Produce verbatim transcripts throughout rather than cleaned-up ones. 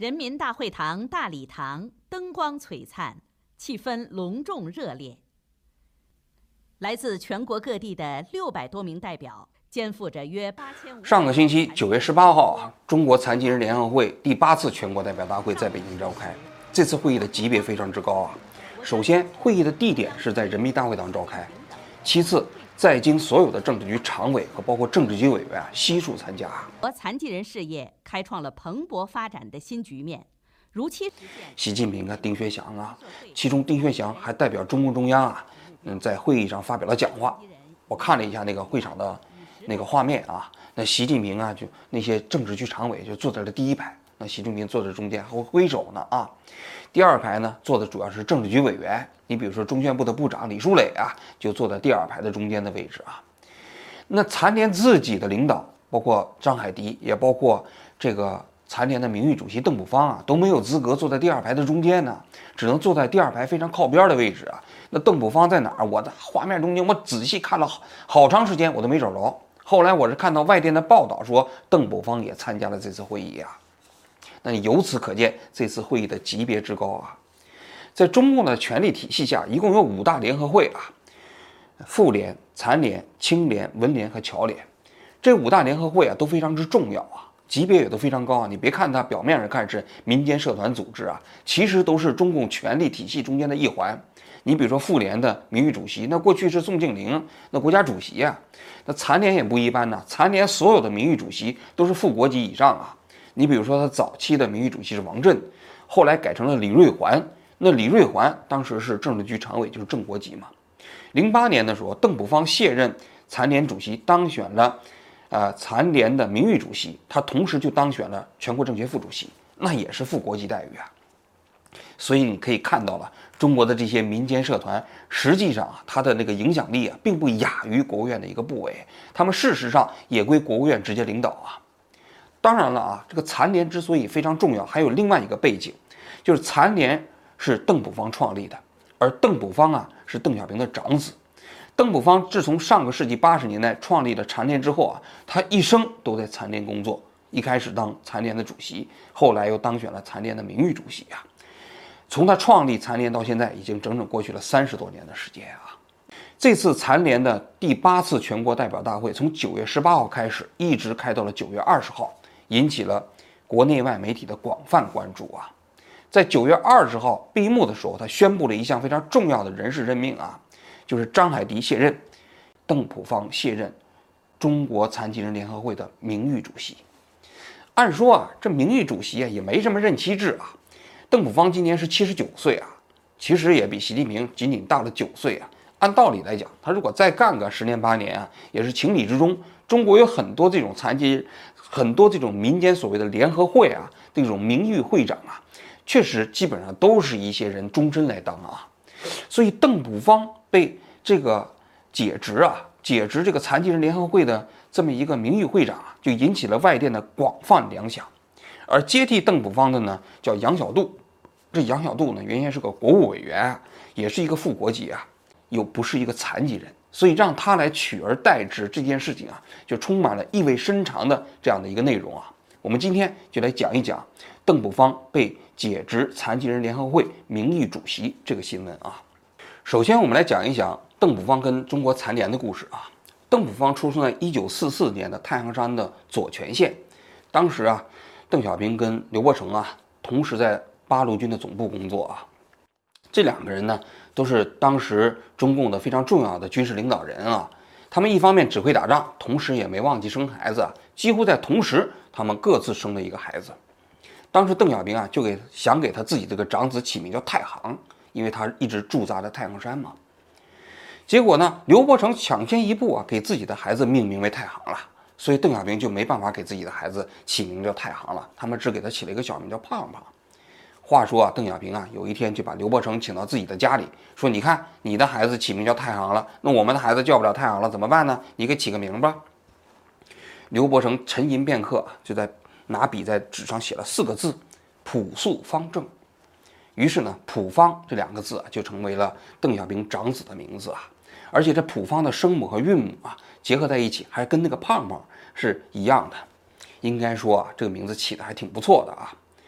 人民大会堂大礼堂灯光璀璨，气氛隆重热烈。来自全国各地的六百多名代表，肩负着约八千五。 上个星期九月十八号啊，中国残疾人联合会第八次全国代表大会在北京召开。这次会议的级别非常之高啊。首先，会议的地点是在人民大会堂召开；其次，在京所有的政治局常委和包括政治局委员啊悉数参加。 和残疾人事业开创了蓬勃发展的新局面。如期实现。 习近平啊，丁薛祥啊，其中丁薛祥还代表中共中央啊，嗯，在会议上发表了讲话。我看了一下那个会场的那个画面啊，那习近平啊，就那些政治局常委就坐在了第一排，那习近平坐在中间还会挥手呢啊。第二排呢，坐的主要是政治局委员，你比如说中宣部的部长李书磊啊，就坐在第二排的中间的位置啊。那残联自己的领导，包括张海迪，也包括这个残联的名誉主席邓普方啊，都没有资格坐在第二排的中间呢，只能坐在第二排非常靠边的位置啊。那邓普方在哪儿？我的画面中间我仔细看了好好长时间，我都没找着。后来我是看到外电的报道说，邓普方也参加了这次会议啊。那由此可见，这次会议的级别之高啊。在中共的权力体系下，一共有五大联合会啊，妇联、残联、青联、文联和侨联。这五大联合会啊都非常之重要啊，级别也都非常高啊。你别看它表面上看是民间社团组织啊，其实都是中共权力体系中间的一环。你比如说妇联的名誉主席，那过去是宋庆龄，那国家主席啊。那残联也不一般呢，残联所有的名誉主席都是副国级以上啊。你比如说他早期的名誉主席是王震，后来改成了李瑞环，那李瑞环当时是政治局常委，就是正国级嘛。零八年的时候，邓普方卸任残联主席，当选了呃残联的名誉主席，他同时就当选了全国政协副主席，那也是副国级待遇啊。所以你可以看到了，中国的这些民间社团实际上啊，它的那个影响力啊，并不亚于国务院的一个部委，他们事实上也归国务院直接领导啊。当然了啊，这个残联之所以非常重要，还有另外一个背景，就是残联是邓普方创立的，而邓普方啊是邓小平的长子。邓普方自从上个世纪八十年代创立了残联之后啊，他一生都在残联工作，一开始当残联的主席，后来又当选了残联的名誉主席啊。从他创立残联到现在，已经整整过去了三十多年的时间啊。这次残联的第八次全国代表大会从九月十八号开始，一直开到了九月二十号。引起了国内外媒体的广泛关注啊！在九月二十号闭幕的时候，他宣布了一项非常重要的人事任命啊，就是张海迪卸任，邓普方卸任中国残疾人联合会的名誉主席。按说啊，这名誉主席啊也没什么任期制啊。邓普方今年是七十九岁啊，其实也比习近平仅仅大了九岁啊。按道理来讲，他如果再干个十年八年啊，也是情理之中。中国有很多这种残疾。很多这种民间所谓的联合会啊，这种名誉会长啊，确实基本上都是一些人终身来当啊。所以邓普方被这个解职啊，解职这个残疾人联合会的这么一个名誉会长啊，就引起了外电的广泛联想。而接替邓普方的呢，叫杨晓渡。这杨晓渡呢，原先是个国务委员啊，也是一个副国级啊，又不是一个残疾人。所以让他来取而代之这件事情啊，就充满了意味深长的这样的一个内容啊。我们今天就来讲一讲邓普方被解职残疾人联合会名誉主席这个新闻啊。首先我们来讲一讲邓普方跟中国残联的故事啊。邓普方出生在一九四四年的太行山的左权县，当时啊，邓小平跟刘伯承啊同时在八路军的总部工作啊。这两个人呢，都是当时中共的非常重要的军事领导人啊。他们一方面指挥打仗，同时也没忘记生孩子，几乎在同时，他们各自生了一个孩子。当时邓小平啊，就给想给他自己这个长子起名叫太行，因为他一直驻扎在太行山嘛。结果呢，刘伯承抢先一步啊，给自己的孩子命名为太行了，所以邓小平就没办法给自己的孩子起名叫太行了，他们只给他起了一个小名叫胖胖。话说啊，邓小平啊，有一天就把刘伯承请到自己的家里，说：“你看，你的孩子起名叫太行了，那我们的孩子叫不了太行了，怎么办呢？你给起个名吧。”刘伯承沉吟片刻，就在拿笔在纸上写了四个字：“朴素方正。”于是呢，朴方这两个字啊，就成为了邓小平长子的名字啊。而且这朴方的声母和韵母啊，结合在一起，还跟那个胖胖是一样的。应该说啊，这个名字起的还挺不错的啊。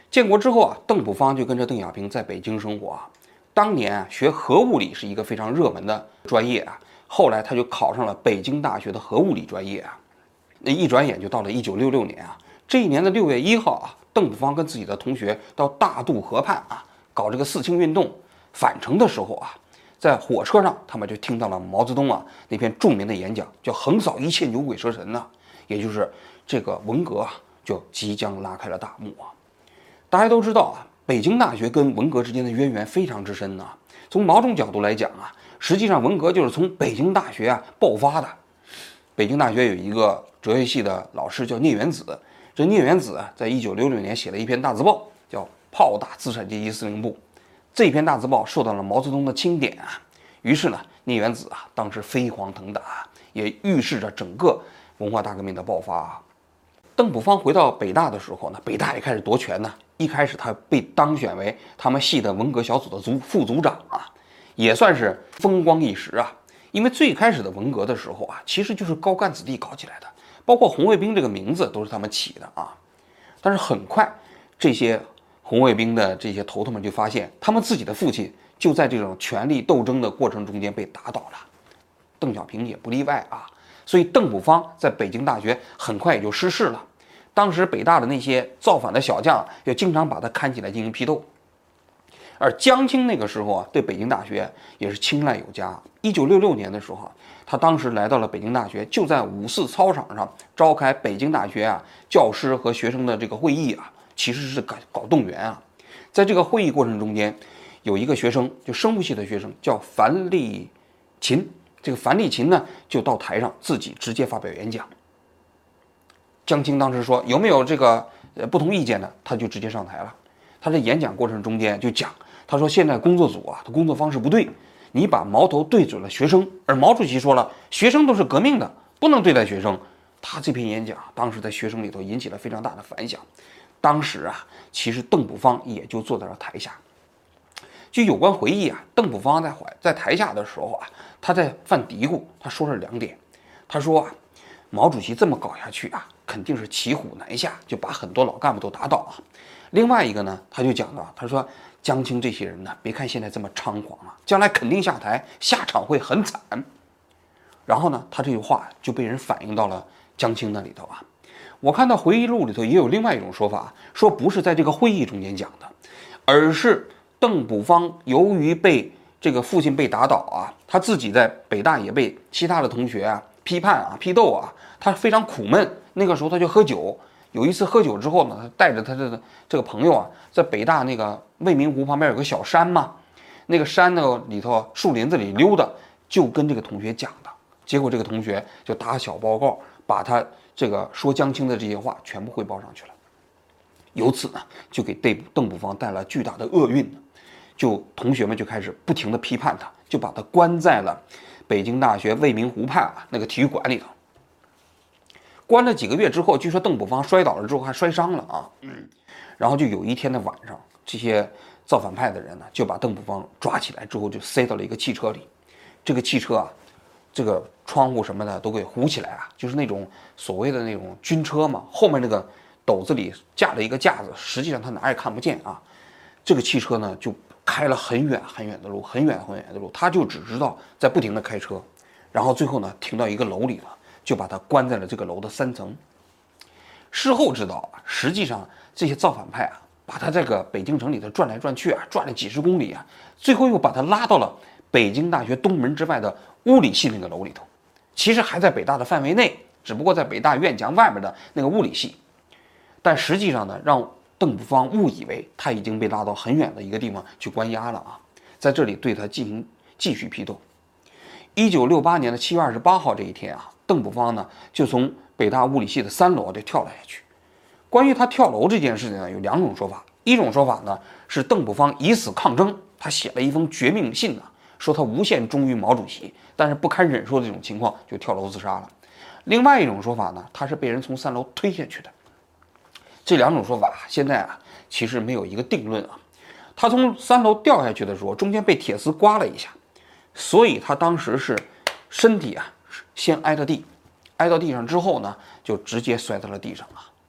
建国之后啊，邓朴方就跟着邓小平在北京生活啊。当年啊，学核物理是一个非常热门的专业啊。后来他就考上了北京大学的核物理专业啊。那一转眼就到了一九六六年啊。这一年的六月一号啊，邓朴方跟自己的同学到大渡河畔啊搞这个四清运动。返程的时候啊，在火车上他们就听到了毛泽东啊那篇著名的演讲，叫“横扫一切牛鬼蛇神”呐，也就是这个文革啊就即将拉开了大幕啊。大家都知道啊，北京大学跟文革之间的渊源非常之深呐。从某种角度来讲啊，实际上文革就是从北京大学啊爆发的。北京大学有一个哲学系的老师叫聂元子，这聂元子啊，在一九六六年写了一篇大字报，叫《炮打资产阶级司令部》。这篇大字报受到了毛泽东的钦点啊，于是呢，聂元子啊当时飞黄腾达，也预示着整个文化大革命的爆发啊。邓朴方回到北大的时候呢，北大也开始夺权呢。一开始他被当选为他们系的文革小组的组副组长啊，也算是风光一时啊。因为最开始的文革的时候啊，其实就是高干子弟搞起来的，包括红卫兵这个名字都是他们起的啊。但是很快这些红卫兵的这些头头们就发现，他们自己的父亲就在这种权力斗争的过程中间被打倒了，邓小平也不例外啊。所以邓朴方在北京大学很快也就失势了。当时北大的那些造反的小将也经常把他看起来进行批斗。而江青那个时候啊，对北京大学也是青睐有加。一九六六年的时候，他当时来到了北京大学，就在五四操场上召开北京大学啊教师和学生的这个会议啊。其实是搞搞动员啊，在这个会议过程中间，有一个学生，就生物系的学生，叫樊立勤。这个樊立勤呢，就到台上自己直接发表演讲。江青当时说有没有这个呃不同意见呢？他就直接上台了。他在演讲过程中间就讲，他说现在工作组啊，他工作方式不对，你把矛头对准了学生，而毛主席说了，学生都是革命的，不能对待学生。他这篇演讲当时在学生里头引起了非常大的反响。当时啊，其实邓朴方也就坐在了台下。据有关回忆啊，邓朴方在在台下的时候啊，他在犯嘀咕，他说了两点。他说啊，毛主席这么搞下去啊，肯定是骑虎难下，就把很多老干部都打倒啊。另外一个呢，他就讲到，他说江青这些人呢，别看现在这么猖狂啊，将来肯定下台，下场会很惨。然后呢，他这句话就被人反映到了江青那里头啊。我看到回忆录里头也有另外一种说法，说不是在这个会议中间讲的，而是邓朴方由于被这个父亲被打倒啊，他自己在北大也被其他的同学啊批判啊批斗啊，他非常苦闷。那个时候他就喝酒，有一次喝酒之后呢，他带着他的这个朋友啊，在北大那个未名湖旁边有个小山嘛，那个山呢里头树林子里溜达，就跟这个同学讲的。结果这个同学就打小报告，把他这个说江青的这些话全部汇报上去了。由此呢，就给邓朴方带来巨大的厄运，就同学们就开始不停地批判他，就把他关在了北京大学未名湖畔啊那个体育馆里头。关了几个月之后，据说邓朴方摔倒了之后还摔伤了啊，嗯，然后就有一天的晚上，这些造反派的人呢，就把邓朴方抓起来之后，就塞到了一个汽车里。这个汽车啊，这个窗户什么的都给糊起来啊，就是那种所谓的那种军车嘛，后面那个斗子里架了一个架子，实际上他哪也看不见啊。这个汽车呢，就开了很远很远的路，很远很远的路，他就只知道在不停的开车，然后最后呢，停到一个楼里了。就把他关在了这个楼的三层。事后知道啊，实际上这些造反派啊，把他这个北京城里头转来转去啊，转了几十公里啊，最后又把他拉到了北京大学东门之外的物理系那个楼里头。其实还在北大的范围内，只不过在北大院墙外面的那个物理系。但实际上呢，让邓朴方误以为他已经被拉到很远的一个地方去关押了啊，在这里对他进行继续批斗。一九六八年的七月二十八号这一天啊，邓朴方呢就从北大物理系的三楼就跳了下去。关于他跳楼这件事情呢，有两种说法。一种说法呢是邓朴方以死抗争，他写了一封绝命信呢，说他无限忠于毛主席，但是不堪忍受这种情况就跳楼自杀了。另外一种说法呢，他是被人从三楼推下去的。这两种说法现在啊其实没有一个定论啊。他从三楼掉下去的时候，中间被铁丝刮了一下，所以他当时是身体啊先挨到地，挨到地上之后呢，就直接摔到了地上啊。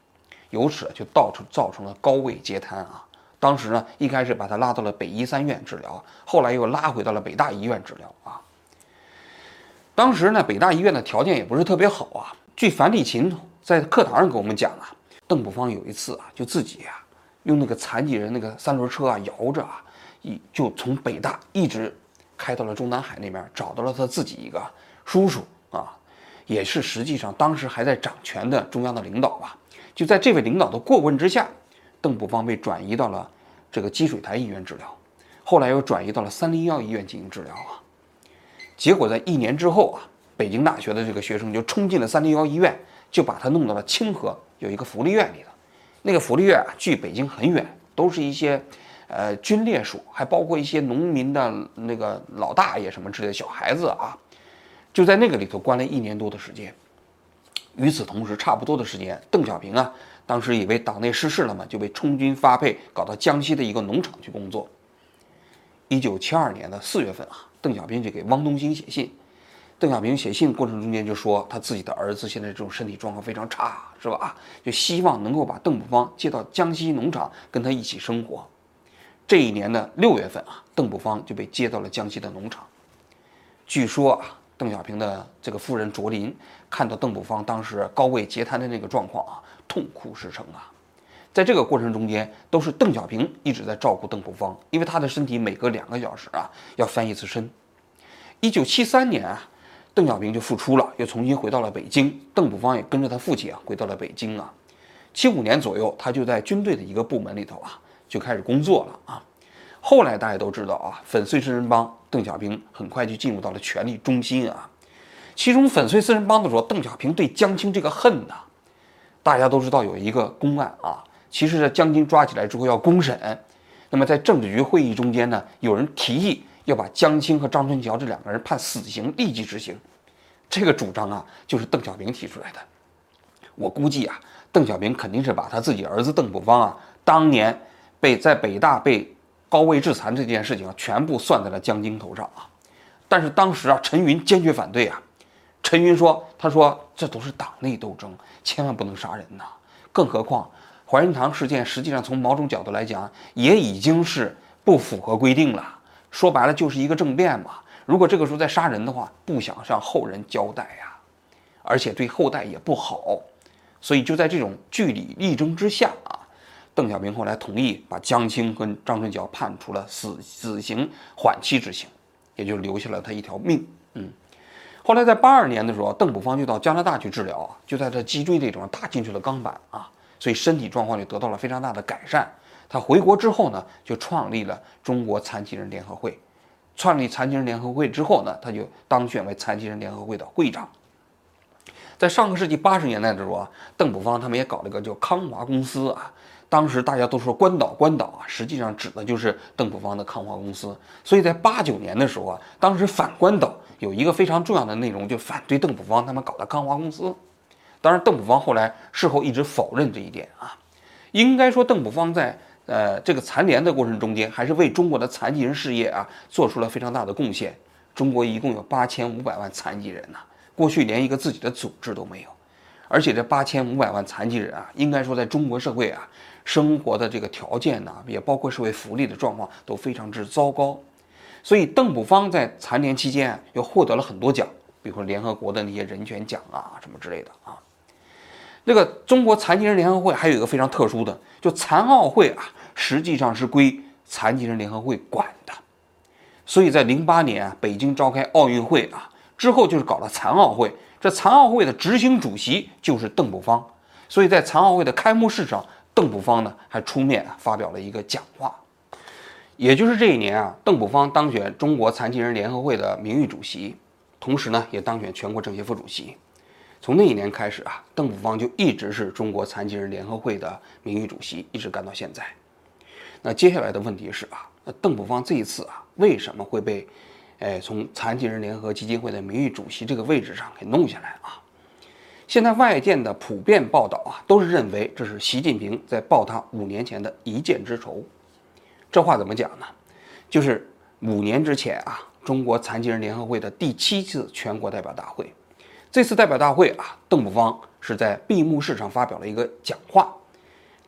由此就造成造成了高位截瘫啊。当时呢，一开始把他拉到了北医三院治疗，后来又拉回到了北大医院治疗啊。当时呢，北大医院的条件也不是特别好啊。据樊立勤在课堂上给我们讲啊，邓普方有一次啊，就自己啊用那个残疾人那个三轮车啊摇着啊，一就从北大一直开到了中南海那边，找到了他自己一个叔叔啊，也是实际上当时还在掌权的中央的领导吧。就在这位领导的过问之下，邓普方被转移到了这个积水潭医院治疗，后来又转移到了三零幺医院进行治疗啊。结果在一年之后啊，北京大学的这个学生就冲进了三零幺医院，就把他弄到了清河有一个福利院里头。那个福利院啊，距北京很远，都是一些呃军烈属，还包括一些农民的那个老大爷什么之类的小孩子啊，就在那个里头关了一年多的时间。与此同时，差不多的时间，邓小平啊，当时以为党内失势了嘛，就被充军发配，搞到江西的一个农场去工作。一九七二年的四月份啊，邓小平就给汪东兴写信。邓小平写信过程中间就说，他自己的儿子现在这种身体状况非常差，是吧？就希望能够把邓普方接到江西农场跟他一起生活。这一年的六月份啊，邓普方就被接到了江西的农场。据说啊，邓小平的这个夫人卓琳看到邓普方当时高位截瘫的那个状况啊，痛哭失声啊。在这个过程中间，都是邓小平一直在照顾邓普方，因为他的身体每隔两个小时啊要翻一次身。一九七三年啊，邓小平就复出了，又重新回到了北京。邓普方也跟着他父亲啊回到了北京啊。七五年左右，他就在军队的一个部门里头啊就开始工作了啊。后来大家都知道啊，粉碎四人帮，邓小平很快就进入到了权力中心啊。其中粉碎四人帮的时候，邓小平对江青这个恨呐、啊，大家都知道有一个公案啊。其实，在江青抓起来之后要公审，那么在政治局会议中间呢，有人提议要把江青和张春桥这两个人判死刑，立即执行。这个主张啊，就是邓小平提出来的。我估计啊，邓小平肯定是把他自己儿子邓普方啊，当年被在北大被高位致残这件事情啊，全部算在了江青头上啊。但是当时啊，陈云坚决反对啊。陈云说：“他说这都是党内斗争，千万不能杀人呐、啊。更何况。”怀仁堂事件实际上从某种角度来讲，也已经是不符合规定了。说白了就是一个政变嘛。如果这个时候再杀人的话，不想向后人交代呀，而且对后代也不好。所以就在这种据理力争之下啊，邓小平后来同意把江青跟张春桥判处了死死刑缓期执行，也就留下了他一条命。嗯。后来在八二年的时候，邓普方就到加拿大去治疗，就在他脊椎这地方打进去了钢板啊。所以身体状况就得到了非常大的改善。他回国之后呢，就创立了中国残疾人联合会。创立残疾人联合会之后呢，他就当选为残疾人联合会的会长。在上个世纪八十年代的时候啊，邓普方他们也搞了个叫康华公司啊。当时大家都说关岛关岛啊，实际上指的就是邓普方的康华公司。所以在八九年的时候啊，当时反关岛有一个非常重要的内容，就反对邓普方他们搞的康华公司。当然，邓普方后来事后一直否认这一点啊。应该说，邓普方在呃这个残联的过程中间，还是为中国的残疾人事业啊做出了非常大的贡献。中国一共有八千五百万残疾人呐、啊，过去连一个自己的组织都没有，而且这八千五百万残疾人啊，应该说在中国社会啊，生活的这个条件呐、啊，也包括社会福利的状况都非常之糟糕。所以，邓普方在残联期间啊，又获得了很多奖，比如说联合国的那些人权奖啊什么之类的啊。这个中国残疾人联合会还有一个非常特殊的，就残奥会啊，实际上是归残疾人联合会管的。所以在零八年啊，北京召开奥运会啊，之后就是搞了残奥会。这残奥会的执行主席就是邓普方，所以在残奥会的开幕式上，邓普方呢还出面啊发表了一个讲话。也就是这一年啊，邓普方当选中国残疾人联合会的名誉主席，同时呢也当选全国政协副主席。从那一年开始啊，邓普方就一直是中国残疾人联合会的名誉主席，一直干到现在。那接下来的问题是啊，那邓普方这一次啊，为什么会被，哎，从残疾人联合基金会的名誉主席这个位置上给弄下来啊？现在外界的普遍报道啊，都是认为这是习近平在报他五年前的一箭之仇。这话怎么讲呢？就是五年之前啊，中国残疾人联合会的第七次全国代表大会。这次代表大会啊，邓普方是在闭幕式上发表了一个讲话，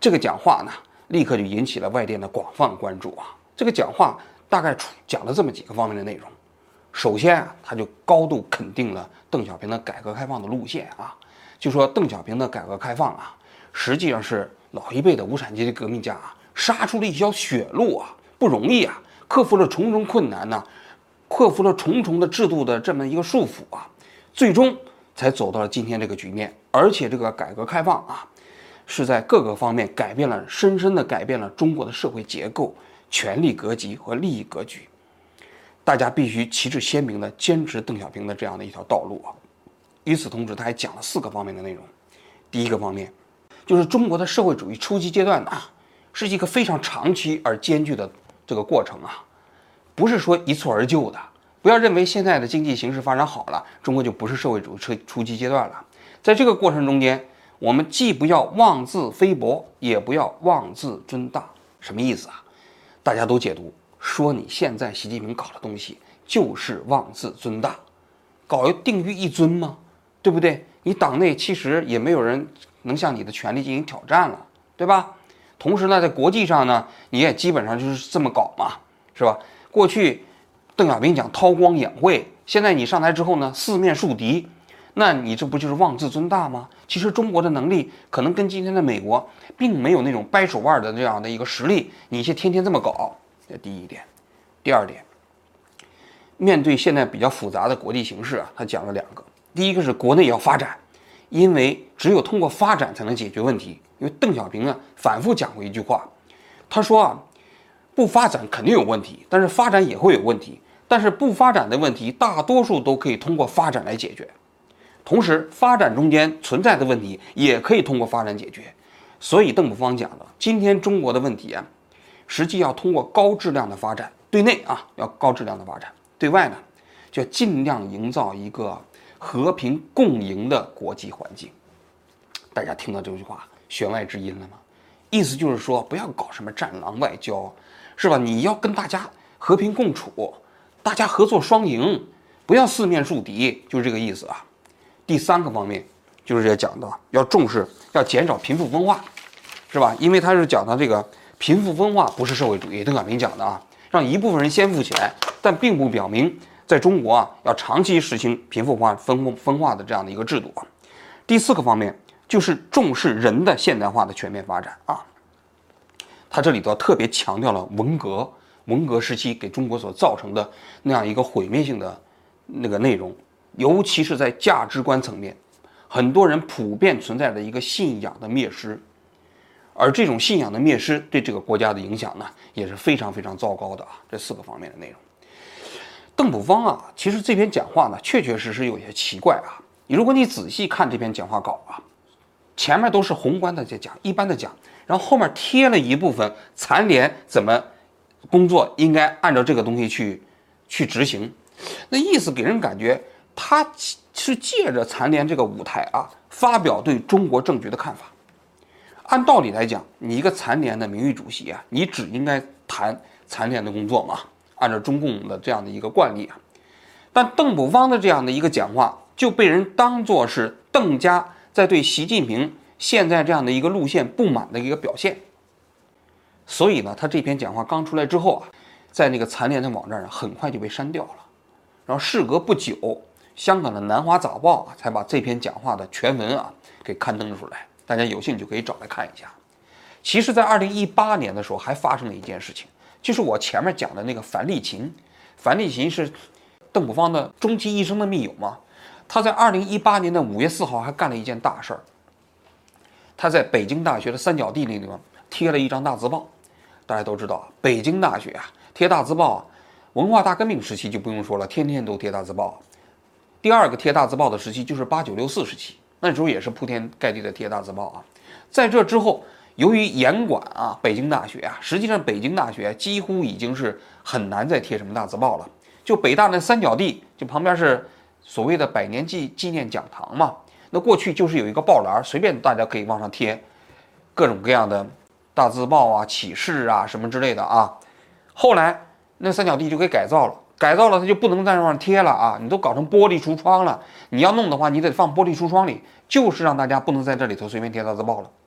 这个讲话呢，立刻就引起了外电的广泛关注啊。这个讲话大概讲了这么几个方面的内容。首先啊，他就高度肯定了邓小平的改革开放的路线啊，就说邓小平的改革开放啊，实际上是老一辈的无产阶级革命家啊，杀出了一条血路啊，不容易啊，克服了重重困难呢、啊，克服了重重的制度的这么一个束缚啊，最终才走到了今天这个局面。而且这个改革开放啊，是在各个方面改变了，深深的改变了中国的社会结构、权力格局和利益格局。大家必须旗帜鲜明地坚持邓小平的这样的一条道路啊。与此同时，他还讲了四个方面的内容。第一个方面，就是中国的社会主义初级阶段啊，是一个非常长期而艰巨的这个过程啊，不是说一蹴而就的。不要认为现在的经济形势发展好了，中国就不是社会主义初初级阶段了。在这个过程中间，我们既不要妄自菲薄，也不要妄自尊大。什么意思啊？大家都解读说你现在习近平搞的东西就是妄自尊大，搞定于一尊吗？对不对？你党内其实也没有人能向你的权力进行挑战了，对吧？同时呢，在国际上呢，你也基本上就是这么搞嘛，是吧？过去邓小平讲韬光养晦，现在你上台之后呢，四面树敌，那你这不就是妄自尊大吗？其实中国的能力可能跟今天的美国并没有那种掰手腕的这样的一个实力，你却天天这么搞。这第一点。第二点，面对现在比较复杂的国际形势啊，他讲了两个。第一个是国内要发展，因为只有通过发展才能解决问题。因为邓小平呢反复讲过一句话，他说啊，不发展肯定有问题，但是发展也会有问题，但是不发展的问题大多数都可以通过发展来解决，同时发展中间存在的问题也可以通过发展解决。所以邓朴方讲了，今天中国的问题啊，实际要通过高质量的发展，对内啊要高质量的发展，对外呢就要尽量营造一个和平共赢的国际环境。大家听到这句话弦外之音了吗？意思就是说，不要搞什么战狼外交，是吧？你要跟大家和平共处，大家合作双赢，不要四面树敌，就是这个意思啊。第三个方面就是要讲到要重视，要减少贫富分化，是吧？因为他是讲到这个贫富分化不是社会主义，邓小平讲的啊，让一部分人先富起来，但并不表明在中国啊要长期实行贫富化分分化的这样的一个制度啊。第四个方面就是重视人的现代化的全面发展啊。他这里头特别强调了文革文革时期给中国所造成的那样一个毁灭性的那个内容，尤其是在价值观层面，很多人普遍存在的一个信仰的灭失。而这种信仰的灭失对这个国家的影响呢，也是非常非常糟糕的啊。这四个方面的内容，邓朴方啊，其实这篇讲话呢，确确实实有些奇怪啊。如果你仔细看这篇讲话稿啊，前面都是宏观的在讲，一般的讲，然后后面贴了一部分残联怎么工作应该按照这个东西去去执行，那意思给人感觉他是借着残联这个舞台啊，发表对中国政局的看法。按道理来讲，你一个残联的名誉主席啊，你只应该谈残联的工作嘛，按照中共的这样的一个惯例啊。但邓朴方的这样的一个讲话，就被人当作是邓家在对习近平现在这样的一个路线不满的一个表现。所以呢，他这篇讲话刚出来之后啊，在那个残联的网站上很快就被删掉了。然后事隔不久，香港的南华早报啊才把这篇讲话的全文啊给刊登出来。大家有兴趣可以找来看一下。其实在二零一八年的时候还发生了一件事情，就是我前面讲的那个樊立勤。樊立勤是邓朴方的终其一生的密友嘛，他在二零一八年的五月四号还干了一件大事儿。他在北京大学的三角地那地方贴了一张大字报。大家都知道，北京大学啊贴大字报，文化大革命时期就不用说了，天天都贴大字报。第二个贴大字报的时期就是八九六四时期，那时候也是铺天盖地的贴大字报啊。在这之后，由于严管啊，北京大学啊，实际上北京大学几乎已经是很难再贴什么大字报了。就北大那三角地，就旁边是所谓的百年纪纪念讲堂嘛，那过去就是有一个报栏，随便大家可以往上贴各种各样的大字报啊、启示啊什么之类的啊。后来那三角地就给改造了。改造了，它就不能在上面贴了啊！你都搞成玻璃橱窗了，你要弄的话，你得放玻璃橱窗里，就是让大家不能在这里头随便贴大字报了。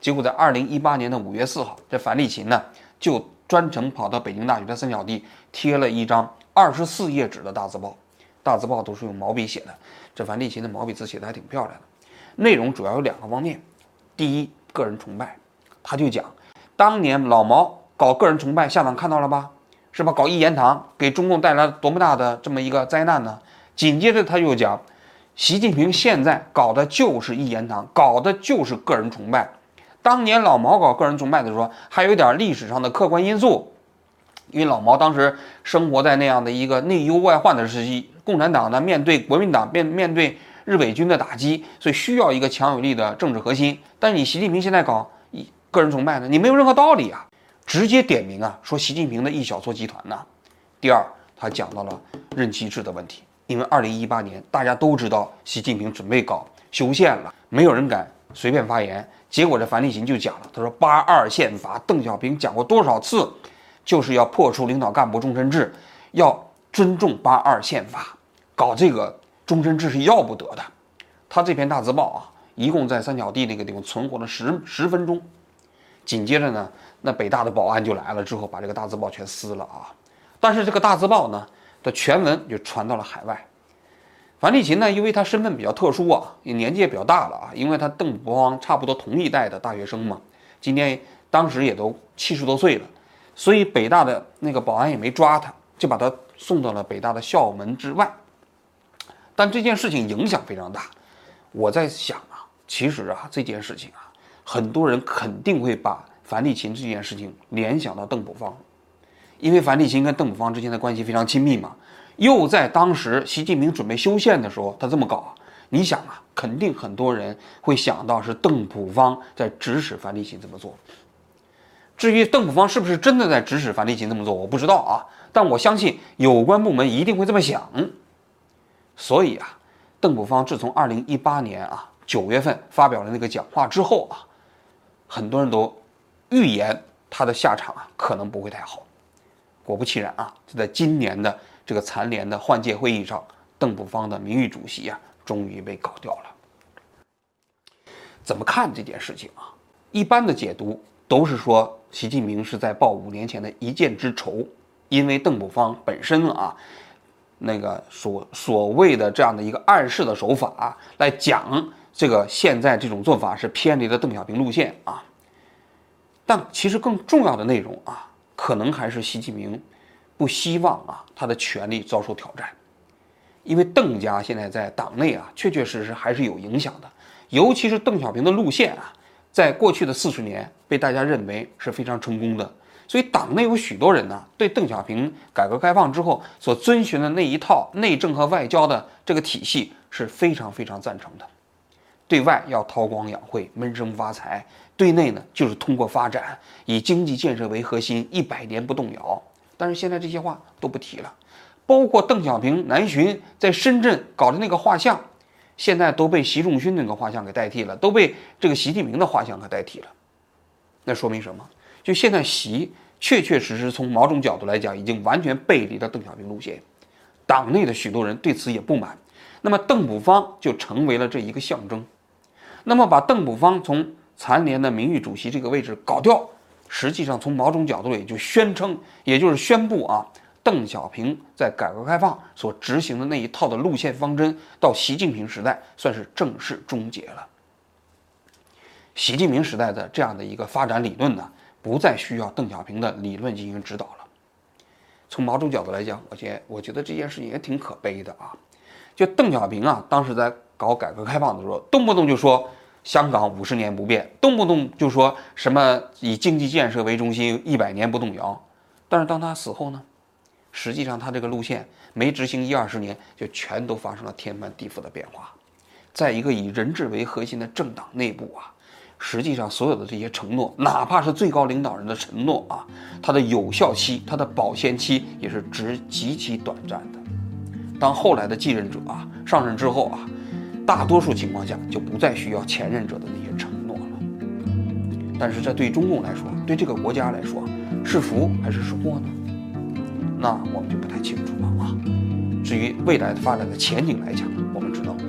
结果在二零一八年的五月四号，这樊立勤呢就专程跑到北京大学的三角地贴了一张二十四页纸的大字报，大字报都是用毛笔写的，这樊立勤的毛笔字写的还挺漂亮的。内容主要有两个方面，第一，个人崇拜，他就讲当年老毛搞个人崇拜，校长看到了吧，是吧？搞一言堂，给中共带来多么大的这么一个灾难呢？紧接着他又讲，习近平现在搞的就是一言堂，搞的就是个人崇拜。当年老毛搞个人崇拜的时候，还有点历史上的客观因素，因为老毛当时生活在那样的一个内忧外患的时期，共产党呢面对国民党面面对日伪军的打击，所以需要一个强有力的政治核心。但是你习近平现在搞个人崇拜呢，你没有任何道理啊，直接点名啊，说习近平的一小撮集团呢。第二，他讲到了任期制的问题，因为二零一八年大家都知道习近平准备搞修宪了，没有人敢随便发言。结果这樊立勤就讲了，他说八二宪法，邓小平讲过多少次，就是要破除领导干部终身制，要尊重八二宪法，搞这个终身制是要不得的。他这篇大字报啊，一共在三角地那个地方存活了十十分钟。紧接着呢，那北大的保安就来了，之后把这个大字报全撕了啊。但是这个大字报呢的全文就传到了海外。樊立勤呢，因为他身份比较特殊啊，也年纪也比较大了啊，因为他邓朴方差不多同一代的大学生嘛，今年当时也都七十多岁了，所以北大的那个保安也没抓他，就把他送到了北大的校门之外。但这件事情影响非常大，我在想啊，其实啊这件事情啊，很多人肯定会把樊立勤这件事情联想到邓朴方，因为樊立勤跟邓朴方之间的关系非常亲密嘛。又在当时习近平准备修宪的时候，他这么搞，你想啊，肯定很多人会想到是邓朴方在指使樊立勤这么做。至于邓朴方是不是真的在指使樊立勤这么做，我不知道啊，但我相信有关部门一定会这么想。所以啊，邓朴方自从二零一八年啊九月份发表了那个讲话之后啊，很多人都预言他的下场啊可能不会太好。果不其然啊，就在今年的这个残联的换届会议上，邓朴方的名誉主席啊，终于被搞掉了。怎么看这件事情啊？一般的解读都是说，习近平是在报五年前的一箭之仇，因为邓朴方本身啊，那个所所谓的这样的一个暗示的手法啊，来讲这个现在这种做法是偏离了邓小平路线啊。但其实更重要的内容啊，可能还是习近平不希望啊他的权力遭受挑战，因为邓家现在在党内啊确确实实还是有影响的，尤其是邓小平的路线啊，在过去的四十年被大家认为是非常成功的，所以党内有许多人呢对邓小平改革开放之后所遵循的那一套内政和外交的这个体系是非常非常赞成的。对外要韬光养晦、闷声发财，对内呢就是通过发展以经济建设为核心，一百年不动摇。但是现在这些话都不提了，包括邓小平南巡在深圳搞的那个画像，现在都被习仲勋那个画像给代替了，都被这个习近平的画像给代替了。那说明什么？就现在习确确实实从某种角度来讲，已经完全背离了邓小平路线，党内的许多人对此也不满。那么邓朴方就成为了这一个象征。那么把邓朴方从残联的名誉主席这个位置搞掉，实际上从某种角度也就宣称，也就是宣布啊，邓小平在改革开放所执行的那一套的路线方针，到习近平时代算是正式终结了。习近平时代的这样的一个发展理论呢，不再需要邓小平的理论进行指导了。从某种角度来讲，我觉我觉得这件事情也挺可悲的啊。就邓小平啊，当时在搞改革开放的时候，动不动就说香港五十年不变，动不动就说什么以经济建设为中心，一百年不动摇。但是当他死后呢，实际上他这个路线没执行一二十年，就全都发生了天翻地覆的变化。在一个以人治为核心的政党内部啊，实际上所有的这些承诺，哪怕是最高领导人的承诺啊，它的有效期、它的保鲜期也是极极其短暂的。当后来的继任者啊上任之后啊，大多数情况下就不再需要前任者的那些承诺了。但是这对中共来说，对这个国家来说，是福还是是祸呢？那我们就不太清楚了啊。至于未来的发展的前景来讲，我们知道